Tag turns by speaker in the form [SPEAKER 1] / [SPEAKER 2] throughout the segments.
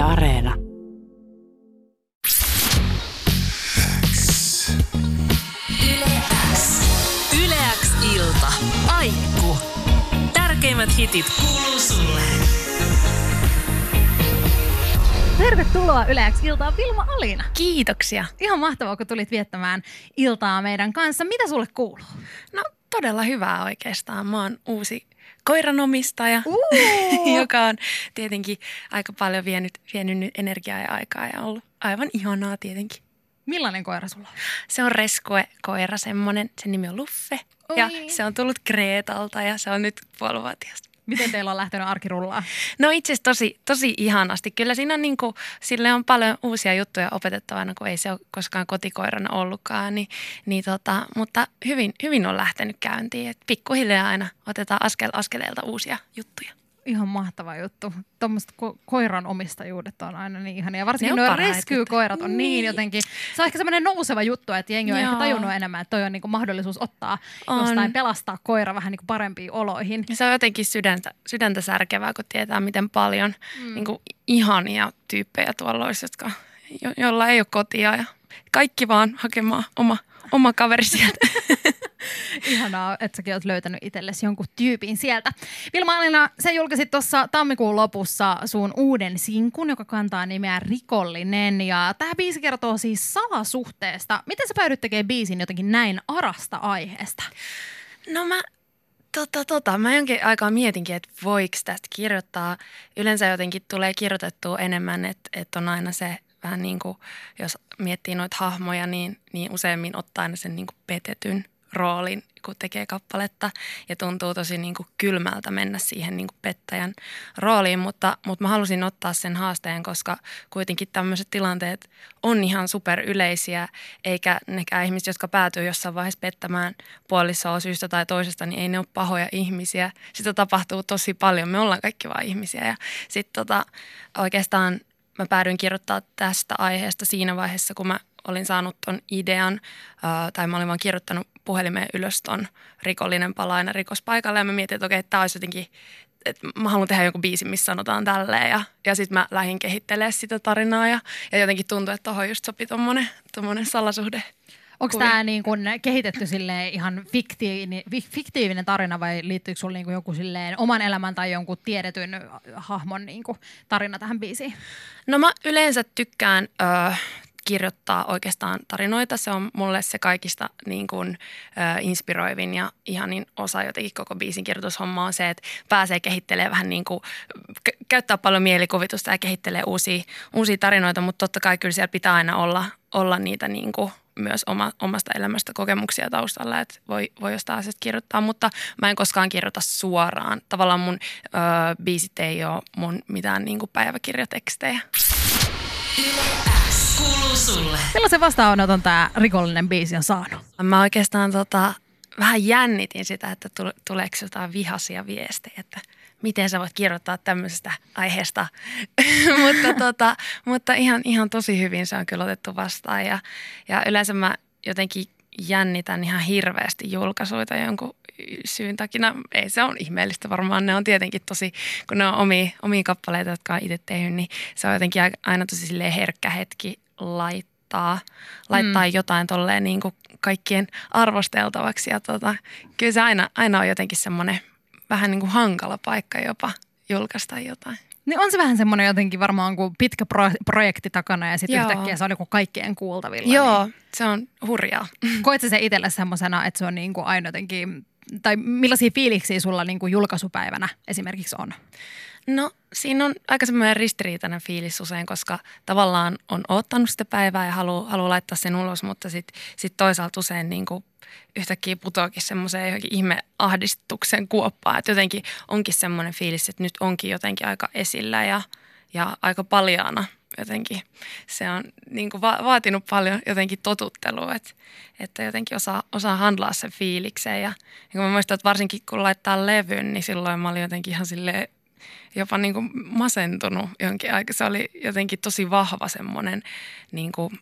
[SPEAKER 1] Areena.
[SPEAKER 2] Yle X ilta. Aikku. Tärkeimmät hitit kuuluu sulle.
[SPEAKER 3] Tervetuloa Yle X iltaan, Vilma Alina.
[SPEAKER 4] Kiitoksia.
[SPEAKER 3] Ihan mahtavaa, kun tulit viettämään iltaa meidän kanssa. Mitä sulle kuuluu?
[SPEAKER 4] No todella hyvää oikeastaan. Mä oon uusi koiranomistaja, joka on tietenkin aika paljon vienyt nyt energiaa ja aikaa ja ollut aivan ihanaa tietenkin.
[SPEAKER 3] Millainen koira sulla on?
[SPEAKER 4] Se on Rescue-koira semmonen, sen nimi on Luffe ja se on tullut Greetalta ja se on nyt puolivuotias.
[SPEAKER 3] Miten teillä on lähtenyt arkirullaan?
[SPEAKER 4] No itse asiassa tosi ihanasti. Kyllä siinä on sille on paljon uusia juttuja opetettavana, kun ei se ole koskaan kotikoirana ollutkaan. Mutta hyvin on lähtenyt käyntiin. Et pikkuhiljaa aina otetaan askeleelta uusia juttuja.
[SPEAKER 3] Ihan mahtava juttu. Tuommoiset koiran omistajuudet on aina niin ihania. Varsinkin nuo rescue-koirat on niin jotenkin. Se on ehkä semmoinen nouseva juttu, että jengi on ehkä tajunnut enemmän, että toi on niinku mahdollisuus ottaa jostain, pelastaa koira vähän niinku parempiin oloihin.
[SPEAKER 4] Ja se on jotenkin sydäntä särkevää, kun tietää, miten paljon niinku ihania tyyppejä tuolla olisi, jolla ei ole kotia ja kaikki vaan hakemaan oma kaveri sieltä.
[SPEAKER 3] Ihanaa, että säkin oot löytänyt itsellesi jonkun tyypin sieltä. Vilma Alina, sä julkaisit tuossa tammikuun lopussa sun uuden sinkun, joka kantaa nimeä Rikollinen. Ja tämä biisi kertoo siis salasuhteesta. Miten sä päädyt tekemään biisin jotenkin näin arasta aiheesta?
[SPEAKER 4] No mä jonkin aikaa mietinkin, että voiko tästä kirjoittaa. Yleensä jotenkin tulee kirjoitettua enemmän, että on aina se vähän niin kuin, jos miettii noita hahmoja, niin useimmin ottaa aina sen niin kuin petetyn roolin, kun tekee kappaletta ja tuntuu tosi niin kuin kylmältä mennä siihen niin kuin pettäjän rooliin, mutta mä halusin ottaa sen haasteen, koska kuitenkin tämmöiset tilanteet on ihan super yleisiä, eikä nekään ihmiset, jotka päätyy jossain vaiheessa pettämään puolisoa syystä tai toisesta, niin ei ne ole pahoja ihmisiä. Sitä tapahtuu tosi paljon, me ollaan kaikki vaan ihmisiä ja sitten oikeastaan mä päädyin kirjoittaa tästä aiheesta siinä vaiheessa, kun mä olin saanut ton idean, tai mä olin vaan kirjoittanut puhelimeen ylös ton Rikollinen palaa aina rikospaikalle. Ja mä mietin, että okei, tää olisi jotenkin, että mä haluan tehdä jonkun biisin, missä sanotaan tälleen. Ja sit mä lähdin kehittelemään sitä tarinaa ja jotenkin tuntui, että tohon just sopi tommonen salasuhde.
[SPEAKER 3] Onko tämä niin kun kehitetty silleen ihan fiktiivinen tarina vai liittyykö sinulla niin joku silleen oman elämän tai jonkun tiedetyn hahmon niin tarina tähän biisiin? No mä
[SPEAKER 4] yleensä tykkään kirjoittaa oikeastaan tarinoita. Se on mulle se kaikista niin kuin, inspiroivin ja ihanin osa jotenkin koko biisin kirjoitushommaa on se, että pääsee kehittelemään vähän niin kuin, käyttää paljon mielikuvitusta ja kehittelee uusia tarinoita, mutta totta kai kyllä siellä pitää aina olla niitä niin kuin myös omasta elämästä kokemuksia taustalla, että voi jostain asiasta kirjoittaa, mutta mä en koskaan kirjoita suoraan. Tavallaan mun biisit ei ole mun mitään niin kuin päiväkirjatekstejä.
[SPEAKER 2] Kuuluu sulle.
[SPEAKER 3] Millaisen vastaanoton tämä Rikollinen biisi on saanut?
[SPEAKER 4] Mä oikeastaan vähän jännitin sitä, että tuleeko jotain vihaisia viestejä, että miten sä voit kirjoittaa tämmöisestä aiheesta. mutta ihan tosi hyvin se on kyllä otettu vastaan ja yleensä mä jotenkin jännitän ihan hirveästi julkaisuita jonkun syyn takina. Ei se on ihmeellistä varmaan. Ne on tietenkin tosi, kun ne on omia kappaleita, jotka on itse tehnyt, niin se on jotenkin aina tosi silleen herkkä hetki laittaa jotain tolleen niin kuin kaikkien arvosteltavaksi. Ja kyllä se aina on jotenkin semmoinen vähän niin kuin hankala paikka jopa julkaista jotain.
[SPEAKER 3] Niin on se vähän semmoinen jotenkin varmaan kuin pitkä projekti takana ja sitten yhtäkkiä se on niin kaikkien kuultavilla.
[SPEAKER 4] Joo,
[SPEAKER 3] niin.
[SPEAKER 4] Se on hurjaa.
[SPEAKER 3] Koet sä se itselle semmoisena, että se on niin kuin aina jotenkin, tai millaisia fiiliksiä sulla niin kuin julkaisupäivänä esimerkiksi on?
[SPEAKER 4] No siinä on aika semmoinen ristiriitainen fiilis usein, koska tavallaan on odottanut sitä päivää ja haluaa laittaa sen ulos, mutta sit toisaalta usein niin kuin yhtäkkiä putoakin semmoiseen johonkin ihmeahdistuksen kuoppaan. Että jotenkin onkin semmoinen fiilis, että nyt onkin jotenkin aika esillä ja aika paljaana jotenkin. Se on niin kuin vaatinut paljon jotenkin totuttelua, että jotenkin osaa handlaa sen fiilikseen. Ja niin mä muistan, että varsinkin kun laittaa levyn, niin silloin mä olin jotenkin ihan silleen jopa niin kuin masentunut jonkin aikaa. Se oli jotenkin tosi vahva semmoinen niin kuin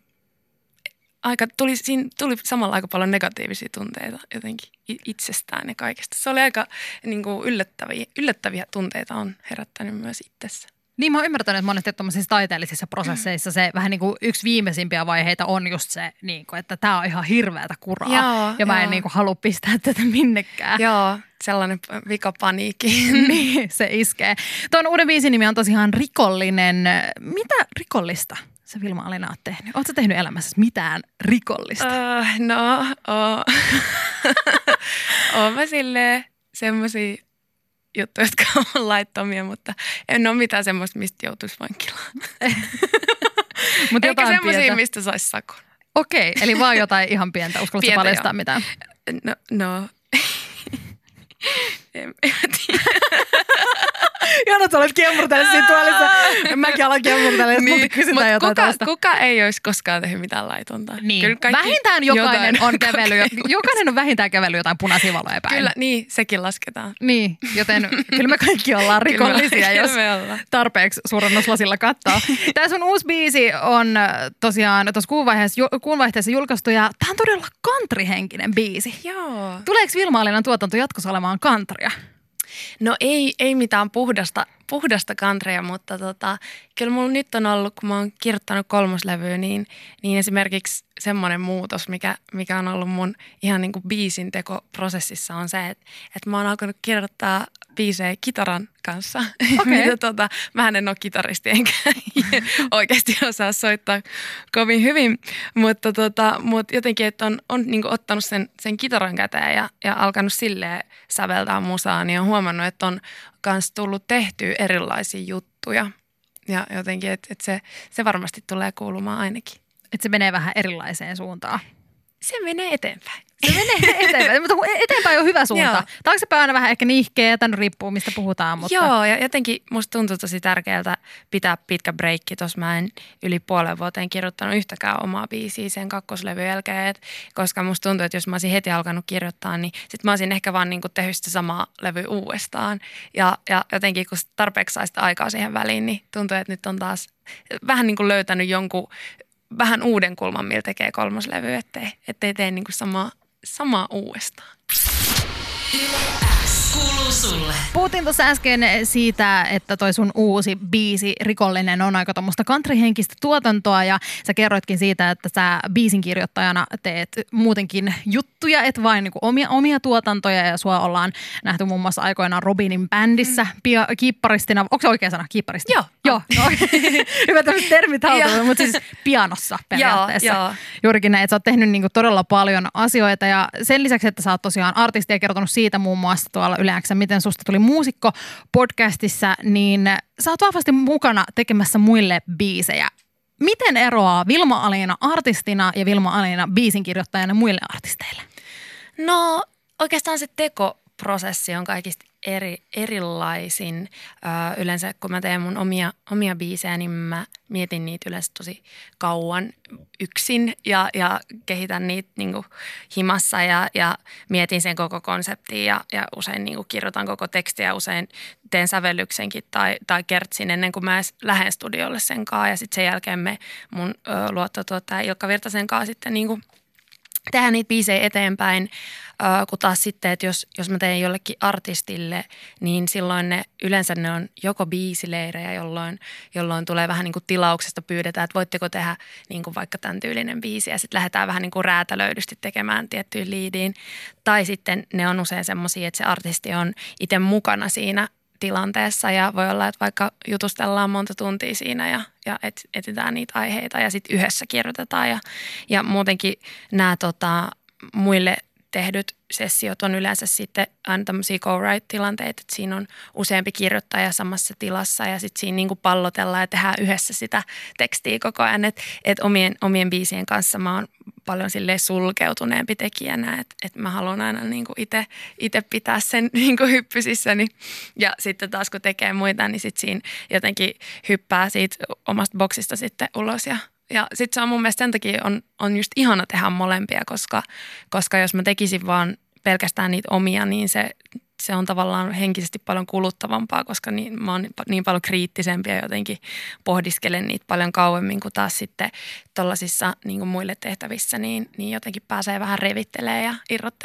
[SPEAKER 4] siinä tuli samalla aika paljon negatiivisia tunteita jotenkin itsestään ja kaikesta. Se oli aika niin kuin yllättäviä tunteita on herättänyt myös itsessä.
[SPEAKER 3] Niin mä oon ymmärtänyt, että monesti tuollaisissa taiteellisissa prosesseissa se vähän niin kuin yksi viimeisimpiä vaiheita on just se, niin kuin, että tää on ihan hirveätä kuraa.
[SPEAKER 4] Joo,
[SPEAKER 3] ja mä en niin kuin halua pistää tätä minnekään.
[SPEAKER 4] Joo, sellainen vikapaniikki.
[SPEAKER 3] Niin, se iskee. Tuon uuden biisin nimi on tosiaan Rikollinen. Mitä rikollista sä Vilma-Alina oot tehnyt? Ootko sä tehnyt elämässäsi mitään rikollista?
[SPEAKER 4] Oon mä silleen semmosia juttuja, jotka on laittomia, mutta en ole mitään semmoista, mistä joutuisi vankilaan.
[SPEAKER 3] Eikä
[SPEAKER 4] semmoisia, mistä saisi sakon.
[SPEAKER 3] Okei, eli vaan jotain ihan pientä. Uskallatko paljastaa mitään?
[SPEAKER 4] No. En tiedä.
[SPEAKER 3] Ihanat sä olet kiemurtellut siinä tuolissa. Mäkin alan kiemurtella, jos multa kysytään jotain tästä.
[SPEAKER 4] Kuka ei olisi koskaan tehnyt mitään laitonta?
[SPEAKER 3] Niin. Vähintään jokainen on kävellyt. Jokainen on vähintään kävellyt jotain punaisia valoja päin.
[SPEAKER 4] Kyllä, niin, sekin lasketaan.
[SPEAKER 3] Niin, joten kyllä me kaikki ollaan rikollisia, jos tarpeeksi suurennuslasilla katsoo. Tämä sun uusi biisi on tosiaan tuossa kuun vaihteessa julkaistu ja tämä on todella countryhenkinen biisi.
[SPEAKER 4] Joo.
[SPEAKER 3] Tuleeko Vilma-Alinan tuotanto jatkossa olemaan countrya?
[SPEAKER 4] No ei mitään puhdasta countrya, mutta kyllä mulla nyt on ollut, kun mä oon kirjoittanut 3. levyä, niin esimerkiksi semmoinen muutos, mikä on ollut mun ihan niin kuin biisin tekoprosessissa on se, että mä oon alkanut kirjoittaa biisejä kitaran kanssa.
[SPEAKER 3] Okay.
[SPEAKER 4] Mähän en ole kitaristi enkä oikeasti osaa soittaa kovin hyvin, mutta jotenkin, että on niin kuin ottanut sen kitaran käteen ja alkanut silleen säveltää musaa, niin on huomannut, että on kans tullut tehtyä erilaisia juttuja ja jotenkin, että se varmasti tulee kuulumaan ainakin.
[SPEAKER 3] Että se menee vähän erilaiseen suuntaan.
[SPEAKER 4] Se menee eteenpäin.
[SPEAKER 3] Se menee eteenpäin, mutta eteenpäin on hyvä suunta. Taaksepäin aina vähän ehkä nihkeä, tämän riippuu mistä puhutaan. Mutta...
[SPEAKER 4] Joo, ja jotenkin musta tuntuu tosi tärkeältä pitää pitkä breikki. Tuossa mä en yli puolen vuoteen kirjoittanut yhtäkään omaa biisiä sen 2. levyn jälkeen, koska musta tuntuu, että jos mä olisin heti alkanut kirjoittaa, niin sit mä olisin ehkä vaan niinku tehnyt sitä samaa levyä uudestaan. Ja jotenkin kun tarpeeksi sai sitä aikaa siihen väliin, niin tuntuu, että nyt on taas vähän niin kuin löytänyt jonkun vähän uuden kulman, millä tekee 3. levy, ettei tee niinku samaa uudestaan.
[SPEAKER 2] Kuuluu sulle.
[SPEAKER 3] Puhuttiin tuossa äsken siitä, että toi sun uusi biisi Rikollinen on aika tuommoista countryhenkistä tuotantoa ja sä kerroitkin siitä, että sä biisinkirjoittajana teet muutenkin juttuja, et vain niinku omia tuotantoja ja sua ollaan nähty muun muassa aikoinaan Robinin bändissä kiipparistina. Onko se oikea sana? Kiipparisti? Joo. No, hyvä tämmöiset termit haltuun, mutta siis pianossa periaatteessa. Joo. Juurikin näin, että sä oot tehnyt niinku todella paljon asioita ja sen lisäksi, että sä oot tosiaan artisti ja kertonut siitä muun muassa tuolla Yle X:ssä, miten susta tuli muusikko podcastissa, niin sä oot vahvasti mukana tekemässä muille biisejä. Miten eroaa Vilma-Alina artistina ja Vilma-Alina biisinkirjoittajana muille artisteille?
[SPEAKER 4] No oikeastaan se tekoprosessi on kaikista erilaisin. Yleensä kun mä teen mun omia biisejä, niin mä mietin niitä yleensä tosi kauan yksin ja kehitän niitä niinku himassa ja mietin sen koko konseptin ja usein niinku kirjoitan koko tekstiä, usein teen sävellyksenkin tai kertsin ennen kuin mä lähden studiolle sen kanssa ja sitten sen jälkeen me mun luottotuottaja Ilkka Virtasen kanssa sitten niinku tehdään niitä biisejä eteenpäin, kun taas sitten, että jos mä teen jollekin artistille, niin silloin yleensä ne on joko biisileirejä, jolloin tulee vähän niin kuin tilauksesta pyydetään, että voitteko tehdä niin kuin vaikka tämän tyylinen biisi ja sitten lähdetään vähän niin kuin räätälöidysti tekemään tiettyyn liidiin. Tai sitten ne on usein semmoisia, että se artisti on itse mukana siinä tilanteessa ja voi olla, että vaikka jutustellaan monta tuntia siinä ja etsitään niitä aiheita ja sitten yhdessä kirjoitetaan ja muutenkin nämä muille tehdyt sessiot on yleensä sitten aina tämmöisiä co-write-tilanteita, että siinä on useampi kirjoittaja samassa tilassa ja sitten siinä niinku pallotellaan ja tehdään yhdessä sitä tekstiä koko ajan, että omien biisien kanssa mä oon paljon silleen sulkeutuneempi tekijänä, että mä haluan aina niinku itse pitää sen niinku hyppysissäni ja sitten taas kun tekee muita, niin sitten siinä jotenkin hyppää siitä omasta boksista sitten ulos ja sitten se on mun mielestä sen takia on just ihana tehdä molempia, koska jos mä tekisin vaan pelkästään niitä omia, niin se on tavallaan henkisesti paljon kuluttavampaa, koska mä oon niin paljon kriittisempi ja jotenkin pohdiskelen niitä paljon kauemmin kuin taas sitten tollasissa niin kuin muille tehtävissä, niin jotenkin pääsee vähän revittelee ja irrottelee.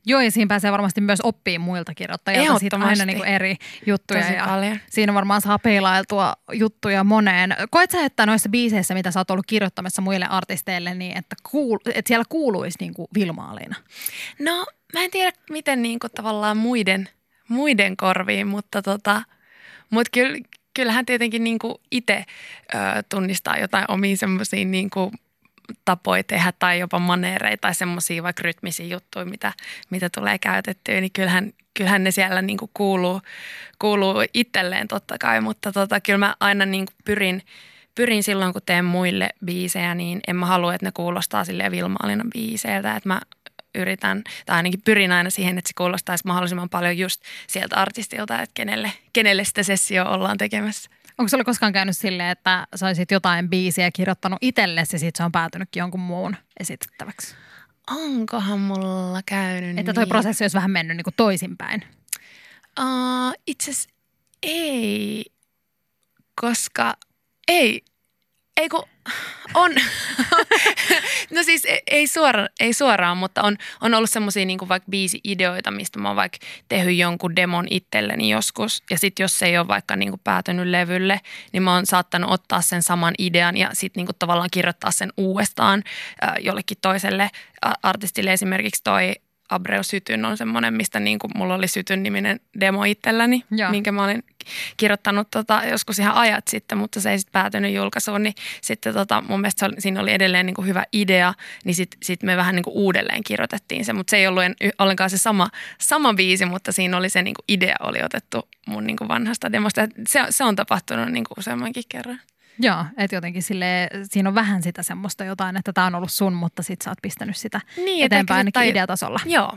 [SPEAKER 3] Joo, ja siinä pääsee varmasti myös oppimaan muilta kirjoittajilta siitä aina niin kuin eri juttuja.
[SPEAKER 4] Tosi
[SPEAKER 3] ja
[SPEAKER 4] paljon.
[SPEAKER 3] siinä varmaan saa peilailtua juttuja moneen. Koet sä, että noissa biiseissä, mitä sä oot ollut kirjoittamassa muille artisteille, niin että siellä kuuluisi niin kuin Vilma-Alina?
[SPEAKER 4] No, mä en tiedä, miten niin kuin tavallaan muiden korviin, mutta kyllähän tietenkin niin kuin itse tunnistaa jotain omia semmoisia niin kuin tapoja tehdä tai jopa maneereita tai semmoisia vaikka rytmisiä juttuja, mitä tulee käytettyä, niin kyllähän ne siellä niin kuin kuuluu itselleen totta kai, mutta kyllä mä aina niin kuin pyrin silloin, kun teen muille biisejä, niin en mä halua, että ne kuulostaa silleen Vilma-Alinan biiseiltä, että mä yritän, tai ainakin pyrin aina siihen, että se kuulostaisi mahdollisimman paljon just sieltä artistilta, että kenelle sitä sessioa ollaan tekemässä.
[SPEAKER 3] Onko sulla koskaan käynyt silleen, että sä olisit jotain biisiä kirjoittanut itsellesi ja sitten se on päätynytkin jonkun muun esitettäväksi?
[SPEAKER 4] Onkohan mulla käynyt
[SPEAKER 3] Että toi
[SPEAKER 4] niin?
[SPEAKER 3] prosessi olisi vähän mennyt niin kuin toisinpäin.
[SPEAKER 4] Itse asiassa ei, koska ei kun on, no siis ei suoraan, mutta on ollut semmoisia niin kuin vaikka biisi-ideoita, mistä mä oon vaikka tehnyt jonkun demon itselleni joskus. Ja sitten jos se ei ole vaikka niin kuin päätynyt levylle, niin mä oon saattanut ottaa sen saman idean ja sitten niin kuin tavallaan kirjoittaa sen uudestaan jollekin toiselle artistille. Esimerkiksi toi Abreu Sytyn on semmoinen, mistä niin kuin mulla oli Sytyn niminen demo itselläni, minkä mä olin kirjoittanut joskus ihan ajat sitten, mutta se ei sitten päätynyt julkaisuun, niin sitten mun mielestä siinä oli edelleen niin kuin hyvä idea, niin sitten me vähän niin kuin uudelleen kirjoitettiin se, mutta se ei ollut ollenkaan se sama biisi, mutta siinä oli se niin kuin idea oli otettu mun niin kuin vanhasta demosta. Se on tapahtunut niin kuin useammankin kerran.
[SPEAKER 3] Joo, että jotenkin siinä on vähän sitä semmoista jotain, että tämä on ollut sun, mutta sit sä oot pistänyt sitä
[SPEAKER 4] niin,
[SPEAKER 3] eteenpäin ainakin ideatasolla.
[SPEAKER 4] Joo.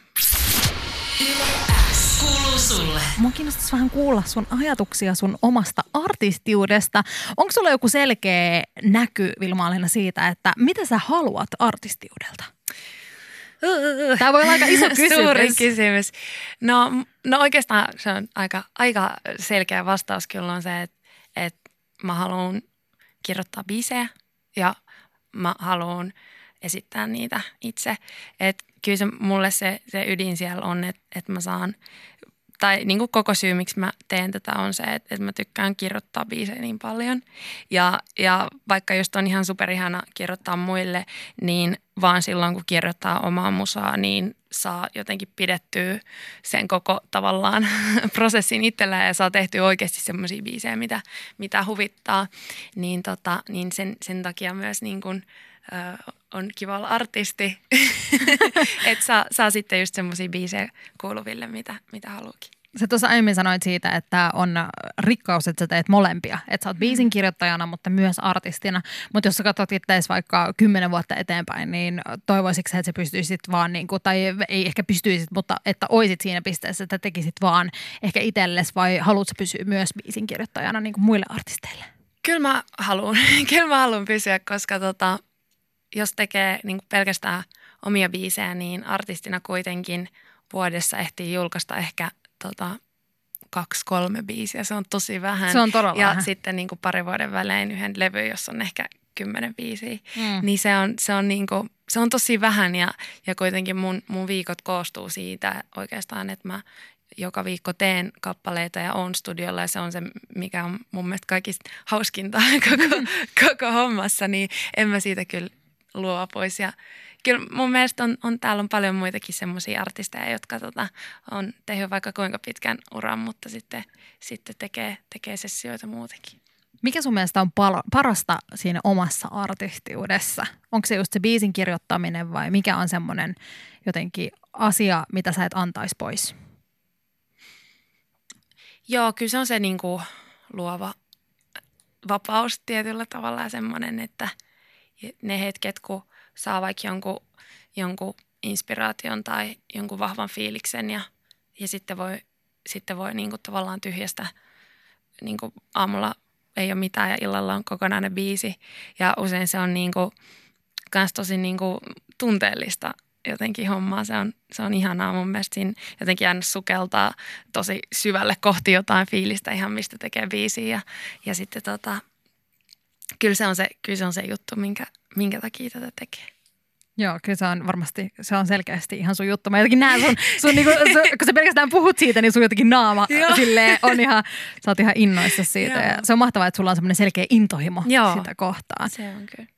[SPEAKER 2] Kuuluu sulle.
[SPEAKER 3] Mua kiinnostaisi vähän kuulla sun ajatuksia sun omasta artistiudesta. Onko sulla joku selkeä näky, Vilma-Alina, siitä, että mitä sä haluat artistiudelta? Tämä voi olla aika iso kysymys.
[SPEAKER 4] Suuri kysymys. No oikeastaan se on aika selkeä vastaus kyllä on se, että mä haluan kirjoittaa biisejä ja mä haluan esittää niitä itse. Että kyllä se, mulle se ydin siellä on, että mä saan, tai niin kuin koko syy, miksi mä teen tätä on se, että mä tykkään kirjoittaa biisejä niin paljon. Ja vaikka just on ihan superihana kirjoittaa muille, niin vaan silloin kun kirjoittaa omaa musaa, niin saa jotenkin pidettyä sen koko tavallaan prosessin itsellään ja saa tehtyä oikeasti semmoisia biisejä, mitä huvittaa. Niin sen takia myös niin kuin, on kiva olla artisti, että saa sitten just semmoisia biisejä kuuluville, mitä haluukin.
[SPEAKER 3] Sä tuossa aiemmin sanoit siitä, että on rikkaus, että sä teet molempia. Että sä oot biisin kirjoittajana, mutta myös artistina. Mutta jos sä katsot itseäsi vaikka 10 vuotta eteenpäin, niin toivoisitko että sä pystyisit vaan, niin kuin, tai ei ehkä pystyisit, mutta että oisit siinä pisteessä, että tekisit vaan ehkä itsellesi vai haluatko pysyä myös biisin kirjoittajana niin kuin muille artisteille?
[SPEAKER 4] Kyllä mä haluan pysyä, koska jos tekee niin kuin pelkästään omia biisejä, niin artistina kuitenkin vuodessa ehtii julkaista ehkä 2-3 biisiä. Se on tosi vähän.
[SPEAKER 3] Se on todella vähän.
[SPEAKER 4] Ja sitten niin kuin parin vuoden välein yhden levy, jossa on ehkä 10 biisiä. Niin se on tosi vähän ja kuitenkin mun viikot koostuu siitä oikeastaan, että mä joka viikko teen kappaleita ja oon studiolla ja se on se, mikä on mun mielestä kaikista hauskinta koko hommassa, niin en mä siitä kyllä luo pois. Ja kyllä mun mielestä täällä on paljon muitakin semmoisia artisteja, jotka on tehnyt vaikka kuinka pitkän uran, mutta sitten tekee sessioita muutenkin.
[SPEAKER 3] Mikä sun mielestä on parasta siinä omassa artistiudessa? Onko se just se biisin kirjoittaminen vai mikä on semmoinen jotenkin asia, mitä sä et antaisi pois?
[SPEAKER 4] Joo, kyllä se on se niinku luova vapaus tietyllä tavalla ja semmoinen, että ne hetket, kun saa vaikka jonkun inspiraation tai jonkun vahvan fiiliksen ja sitten voi niinku tavallaan tyhjästä niinku aamulla ei ole mitään ja illalla on kokonainen biisi ja usein se on niinku kans tosi niinku tunteellista jotenkin hommaa. Se on ihanaa mun mielestä siinä jotenkin aina sukeltaa tosi syvälle kohti jotain fiilistä ihan mistä tekee biisiä ja sitten kyllä se on se juttu, minkä takia tätä tekee.
[SPEAKER 3] Joo, kyllä se on varmasti, se on selkeästi ihan sun juttu. Mä jotenkin näen sun niinku, kun sä pelkästään puhut siitä, niin sun jotenkin naama silleen on ihan, sä oot ihan innoissa siitä. Ja se on mahtavaa, että sulla on semmoinen selkeä intohimo sitä kohtaan.
[SPEAKER 4] Se on kyllä.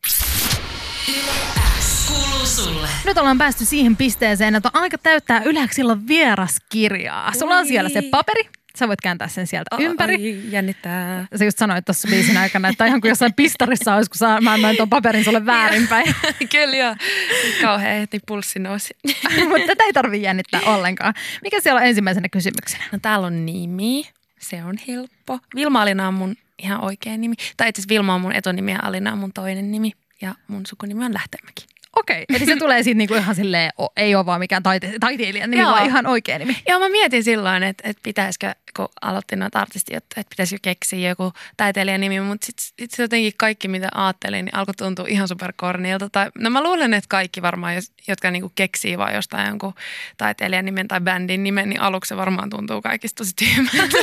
[SPEAKER 2] Kuuluu sulle.
[SPEAKER 3] Nyt ollaan päästy siihen pisteeseen, että on aika täyttää Yläksillan vieraskirjaa. Sulla on siellä se paperi. Sä voit kääntää sen sieltä ympäri.
[SPEAKER 4] Ai, jännittää.
[SPEAKER 3] Sä just sanoit tuossa biisin aikana, että ihan kuin jossain pistarissa olisi, kun mä annoin tuon paperin sulle väärinpäin.
[SPEAKER 4] Kyllä joo. Kauhean heti pulssi nousi.
[SPEAKER 3] Mutta tätä ei tarvitse jännittää ollenkaan. Mikä siellä on ensimmäisenä kysymyksenä?
[SPEAKER 4] No täällä on nimi. Se on helppo. Vilma Alina on mun ihan oikea nimi. Tai itse asiassa Vilma on mun etunimi ja Alina on mun toinen nimi. Ja mun sukunimi on Lähteenmäki.
[SPEAKER 3] Okei, eli se tulee siitä niinku ihan silleen, ei ole vaan mikään taiteilijan nimi, vaan ihan oikea nimi.
[SPEAKER 4] Joo, mä mietin silloin, että pitäisikö, kun aloitin noita artistijuttuja, että pitäisikö keksiä joku taiteilijan nimi, mutta sitten jotenkin kaikki, mitä ajattelin, niin alkoi tuntua ihan superkornilta. No mä luulen, että kaikki varmaan, jotka niinku keksii vaan jostain jonkun taiteilijan nimen tai bändin nimen, niin aluksi se varmaan tuntuu kaikista tosi tyhmältä.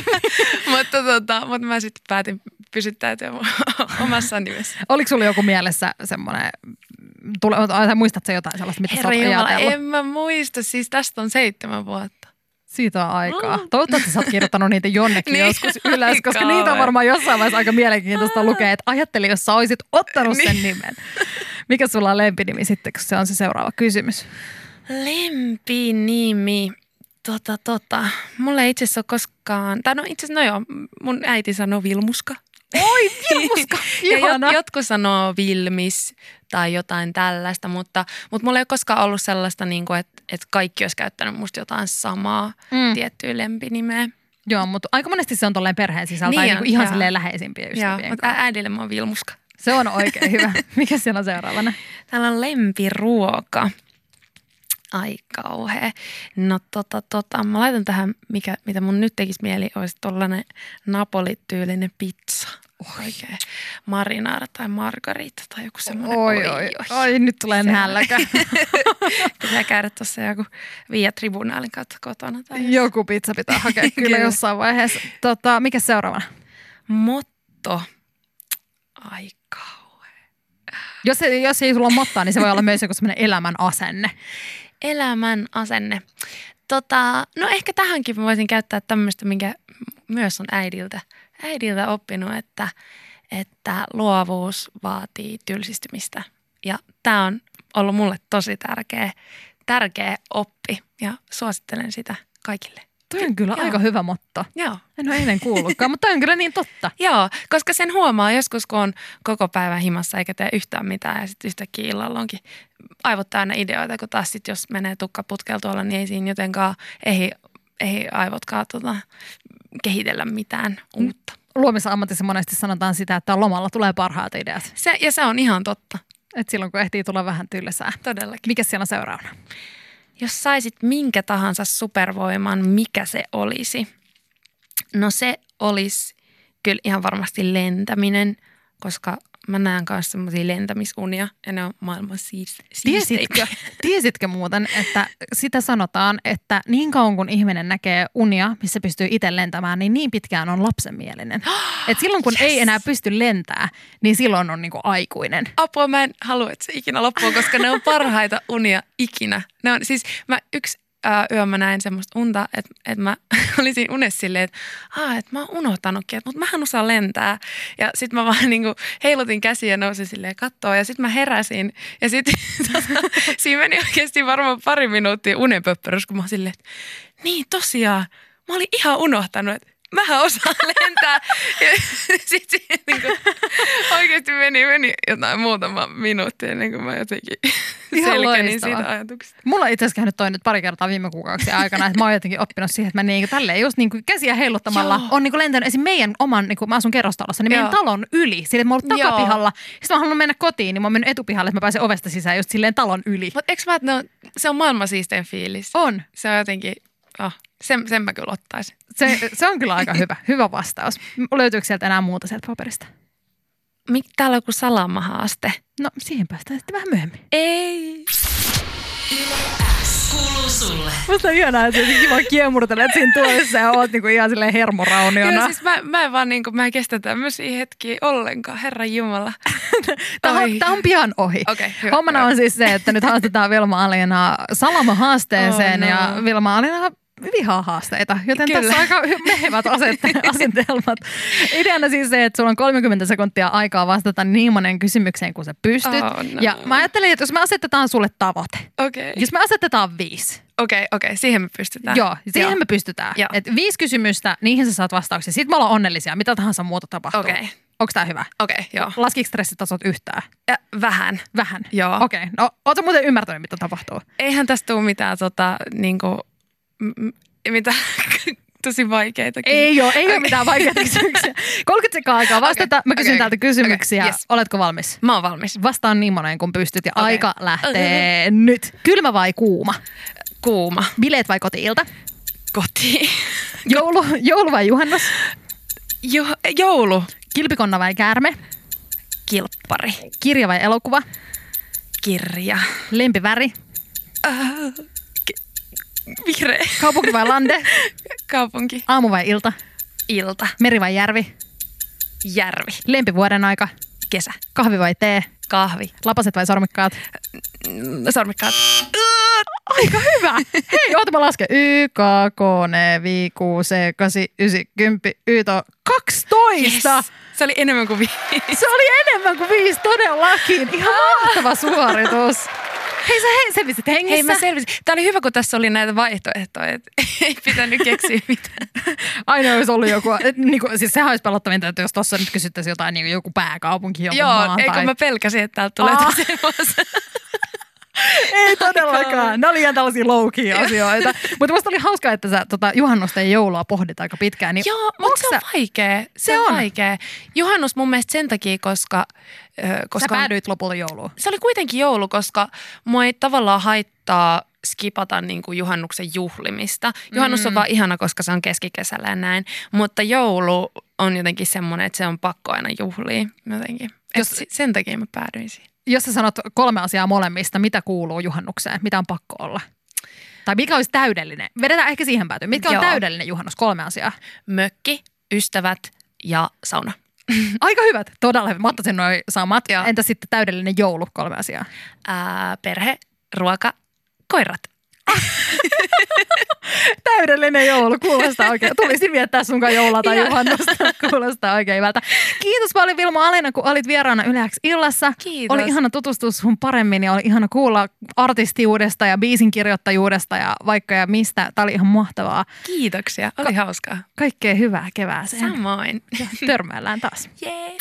[SPEAKER 4] mutta mä sitten päätin pysyttäytyä omassa nimessä.
[SPEAKER 3] Oliko sulla joku mielessä semmoinen, muistatko jotain sellaista, mitä sä oot ajatellut?
[SPEAKER 4] En mä muista. Siis tästä on 7 vuotta.
[SPEAKER 3] Siitä on aikaa. Toivottavasti sä oot kirjoittanut niitä jonnekin joskus ylös, koska niitä on varmaan jossain vaiheessa aika mielenkiintoista lukea, että ajatteli, jos sä olisit ottanut sen nimen. Mikä sulla on lempinimi sitten, kun se on se seuraava kysymys?
[SPEAKER 4] Lempinimi. Mulla ei itse asiassa ole koskaan, tai no itse asiassa, no joo, mun äiti sanoo Vilmuska.
[SPEAKER 3] Oi, Vilmuska, ihana.
[SPEAKER 4] Jotkut sanoo Vilmis tai jotain tällaista, mutta mulla ei ole koskaan ollut sellaista, että kaikki olisi käyttänyt musta jotain samaa tiettyä lempinimeä.
[SPEAKER 3] Joo, mutta aika monesti se on tolleen perheen sisällä tai niinku ihan silleen läheisimpiä ystävien kanssa.
[SPEAKER 4] Mutta äidille mä oon Vilmuska.
[SPEAKER 3] Se on oikein hyvä. Mikä siellä on seuraavana?
[SPEAKER 4] Täällä on lempiruoka. Ai kauhea. No mä laitan tähän, mitä mun nyt tekisi mieli, olisi tollainen Napoli-tyylinen pizza. Oikein marinaara tai margarita tai joku semmoinen.
[SPEAKER 3] Oi, nyt tulee nälkä.
[SPEAKER 4] Pitää käydä tuossa joku Via Tribunaalin kautta kotona. Tai
[SPEAKER 3] joku pizza pitää hakea kyllä jossain vaiheessa. Mikä seuraavana?
[SPEAKER 4] Motto. Ai kauhea.
[SPEAKER 3] Jos ei sulla ole mottoa, niin se voi olla myös joku semmoinen elämän asenne.
[SPEAKER 4] Elämän asenne. No ehkä tähänkin mä voisin käyttää tämmöistä, minkä myös on äidiltä oppinut, että luovuus vaatii tylsistymistä. Ja tämä on ollut mulle tosi tärkeä oppi ja suosittelen sitä kaikille.
[SPEAKER 3] Toi on kyllä aika hyvä motto.
[SPEAKER 4] Joo.
[SPEAKER 3] En ole eilen kuullutkaan, mutta toi on kyllä niin totta.
[SPEAKER 4] Joo, koska sen huomaa joskus, kun on koko päivän himassa eikä tee yhtään mitään ja sitten yhtäkkiä illalla onkin aivot täynnä ideoita, kun taas sitten jos menee tukkaputkelta tuolla, niin ei siinä jotenkaan, ei aivotkaan kehitellä mitään uutta.
[SPEAKER 3] Luomisessa ammatissa monesti sanotaan sitä, että lomalla tulee parhaat ideat.
[SPEAKER 4] Se on ihan totta.
[SPEAKER 3] Et silloin kun ehtii tulla vähän tylsää.
[SPEAKER 4] Todellakin.
[SPEAKER 3] Mikä siellä on seuraavana?
[SPEAKER 4] Jos saisit minkä tahansa supervoiman, mikä se olisi? No se olisi kyllä ihan varmasti lentäminen, koska mä näen kanssa semmoisia lentämisunia ja ne on maailman
[SPEAKER 3] Tiesitkö muuten, että sitä sanotaan, että niin kauan kun ihminen näkee unia, missä pystyy itse lentämään, niin pitkään on lapsenmielinen. Et silloin kun ei enää pysty lentää, niin silloin on niinku aikuinen.
[SPEAKER 4] Apua, mä en halua, että se ikinä loppuu, koska ne on parhaita unia ikinä. Ne on siis, yksi yö mä näin semmoista unta, että mä olisin unessa silleen, että mä oon unohtanutkin, mutta mähän osaan lentää. Ja sit mä vaan niinku heilutin käsiä ja nousin silleen kattoon ja sit mä heräsin. Ja sit siinä meni oikeasti varmaan 2 minuuttia unenpöppärys, kun mä oon silleen, että niin tosiaan, mä olin ihan unohtanut, että mähän osaan lentää. Ja sit siihen niinku oikeasti meni jotain muutama minuutti ennen kuin mä jotenkin selkenin siitä ajatuksesta.
[SPEAKER 3] Mulla on itse asiassa käynyt toi nyt pari kertaa viime kuukausien aikana, että mä oon jotenkin oppinut siihen, että mä niinku tälleen just niinku käsiä heiluttamalla on niinku lentänyt esim. Meidän oman, niinku mä asun kerrostalossa, niin meidän talon yli. Sille, että mä oon ollut takapihalla. Sitten mä halunnut mennä kotiin, niin mä oon mennyt etupihalle, että mä pääsen ovesta sisään just silleen talon yli.
[SPEAKER 4] Mutta eikö mä, että se on maailman siistein fiilis?
[SPEAKER 3] On.
[SPEAKER 4] Se on jotenkin, sen mä kyllä ottaisin.
[SPEAKER 3] Se on kyllä aika hyvä vastaus. Löytyykö sieltä enää muuta sieltä paperista?
[SPEAKER 4] Täällä on joku salamahaaste.
[SPEAKER 3] No siihen päästään sitten vähän myöhemmin.
[SPEAKER 4] Ei.
[SPEAKER 2] kuuluu sulle.
[SPEAKER 3] Musta on ihanaa, että sä kiva kiemurtelet siinä tuolissa ja oot niinku ihan silleen hermorauniona.
[SPEAKER 4] Joo, siis mä en vaan niinku, mä en kestä tämmöisiä hetkiä ollenkaan, Herran Jumala.
[SPEAKER 3] Tää on pian ohi.
[SPEAKER 4] Okay, hyvä,
[SPEAKER 3] Hommana on siis se, että nyt haastetaan Vilma-Alinaa Salama-haasteeseen ja Vilma-Alinaa vihaa haasteita, joten
[SPEAKER 4] Kyllä.
[SPEAKER 3] tässä on aika mehevät asetelmat. Ideana siis se, että sulla on 30 sekuntia aikaa vastata niin monen kysymykseen, kun sä pystyt. Ja mä ajattelin, että jos me asetetaan sulle tavoite, jos me asetetaan 5.
[SPEAKER 4] Okei, siihen me pystytään.
[SPEAKER 3] Joo, siihen me pystytään. Et 5 kysymystä, niihin sä saat vastauksia. Sitten me ollaan onnellisia, mitä tahansa muuta tapahtuu.
[SPEAKER 4] Okei.
[SPEAKER 3] Onko tää hyvä?
[SPEAKER 4] Okei, joo.
[SPEAKER 3] Laskiko stressitasot yhtään?
[SPEAKER 4] Vähän.
[SPEAKER 3] Vähän?
[SPEAKER 4] Joo.
[SPEAKER 3] Okei. No, ootko muuten ymmärtänyt, mitä tapahtuu?
[SPEAKER 4] Eihän tästä tule mitään niinku, mitä tosi vaikeita.
[SPEAKER 3] Ei ole mitään vaikeita kysymyksiä. 30 sekuntia aikaa vastata. Mä kysyn täältä kysymyksiä.
[SPEAKER 4] Yes.
[SPEAKER 3] Oletko valmis?
[SPEAKER 4] Mä oon valmis.
[SPEAKER 3] Vastaan niin moneen kun pystyt ja aika lähtee nyt. Kylmä vai kuuma?
[SPEAKER 4] Kuuma.
[SPEAKER 3] Bileet vai koti-ilta?
[SPEAKER 4] Koti.
[SPEAKER 3] Joulu vai juhannus?
[SPEAKER 4] Joulu.
[SPEAKER 3] Kilpikonna vai käärme?
[SPEAKER 4] Kilppari.
[SPEAKER 3] Kirja vai elokuva?
[SPEAKER 4] Kirja.
[SPEAKER 3] Lempiväri?
[SPEAKER 4] Vihreä.
[SPEAKER 3] Kaupunki vai lande?
[SPEAKER 4] Kaupunki.
[SPEAKER 3] Aamu vai ilta?
[SPEAKER 4] Ilta.
[SPEAKER 3] Meri vai järvi?
[SPEAKER 4] Järvi.
[SPEAKER 3] Lempivuoden aika?
[SPEAKER 4] Kesä.
[SPEAKER 3] Kahvi vai tee?
[SPEAKER 4] Kahvi.
[SPEAKER 3] Lapaset vai sormikkaat?
[SPEAKER 4] Sormikkaat.
[SPEAKER 3] Aika hyvä. Hei, oota mä lasken. Y, K, K, N, V, Q, C, 8, 9, 10, Y, 12.
[SPEAKER 4] Yes. Se oli enemmän kuin 5.
[SPEAKER 3] Se oli enemmän kuin 5 todellakin. Ihan mahtava suoritus. Hei, sä selvisit hengissä.
[SPEAKER 4] Hei, mä selvisin. Tää oli hyvä, kun tässä oli näitä vaihtoehtoja. Et ei pitänyt keksiä mitään.
[SPEAKER 3] Aina olisi ollut joku, siis sehän olisi pelottavinta, että jos tuossa nyt kysyttäisiin jotain niin joku pääkaupunki, joku maa.
[SPEAKER 4] Eikö mä pelkäsin, että täältä tulee tosi
[SPEAKER 3] Ei todellakaan. Ne oli ihan tällaisia low-key asioita. Mutta musta oli hauskaa, että sä juhannusta ja joulua pohdit aika pitkään. Niin
[SPEAKER 4] joo, mutta se on vaikea. Se on vaikea. Juhannus mun mielestä sen takia, koska
[SPEAKER 3] sä päädyit lopulta jouluun.
[SPEAKER 4] Se oli kuitenkin joulu, koska mua ei tavallaan haittaa skipata niin kuin juhannuksen juhlimista. Juhannus on vaan ihana, koska se on keskikesällä ja näin. Mutta joulu on jotenkin semmoinen, että se on pakko aina juhlia jotenkin. Sen takia mä päädyin siihen.
[SPEAKER 3] Jos sä sanot 3 asiaa molemmista, mitä kuuluu juhannukseen? Mitä on pakko olla? Tai mikä olisi täydellinen? Vedetään ehkä siihen päätyyn. Mitkä on täydellinen juhannus? 3 asiaa.
[SPEAKER 4] Mökki, ystävät ja sauna.
[SPEAKER 3] Aika hyvät. Todella hyvät. Mä ottaisin noi samat.
[SPEAKER 4] Joo.
[SPEAKER 3] Entä sitten täydellinen joulu? 3 asiaa.
[SPEAKER 4] Perhe, ruoka, koirat.
[SPEAKER 3] Täydellinen joulu. Kuulostaa oikein. Tulisin viettää sunkaan joulua tai juhannusta. Kuulostaa oikein hyvältä. Kiitos paljon Vilma-Alina, kun olit vieraana Yle X illassa.
[SPEAKER 4] Kiitos.
[SPEAKER 3] Oli ihana tutustua sun paremmin ja oli ihana kuulla artistiudesta ja biisinkirjoittajuudesta ja vaikka ja mistä. Tää oli ihan mahtavaa.
[SPEAKER 4] Kiitoksia. Oli hauskaa.
[SPEAKER 3] Kaikkea hyvää kevääseen.
[SPEAKER 4] Samoin.
[SPEAKER 3] Ja törmäillään taas.
[SPEAKER 4] Jee.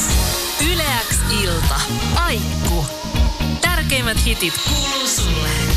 [SPEAKER 2] Yle X ilta. Aikku. Tärkeimmät hitit kuuluu sulle.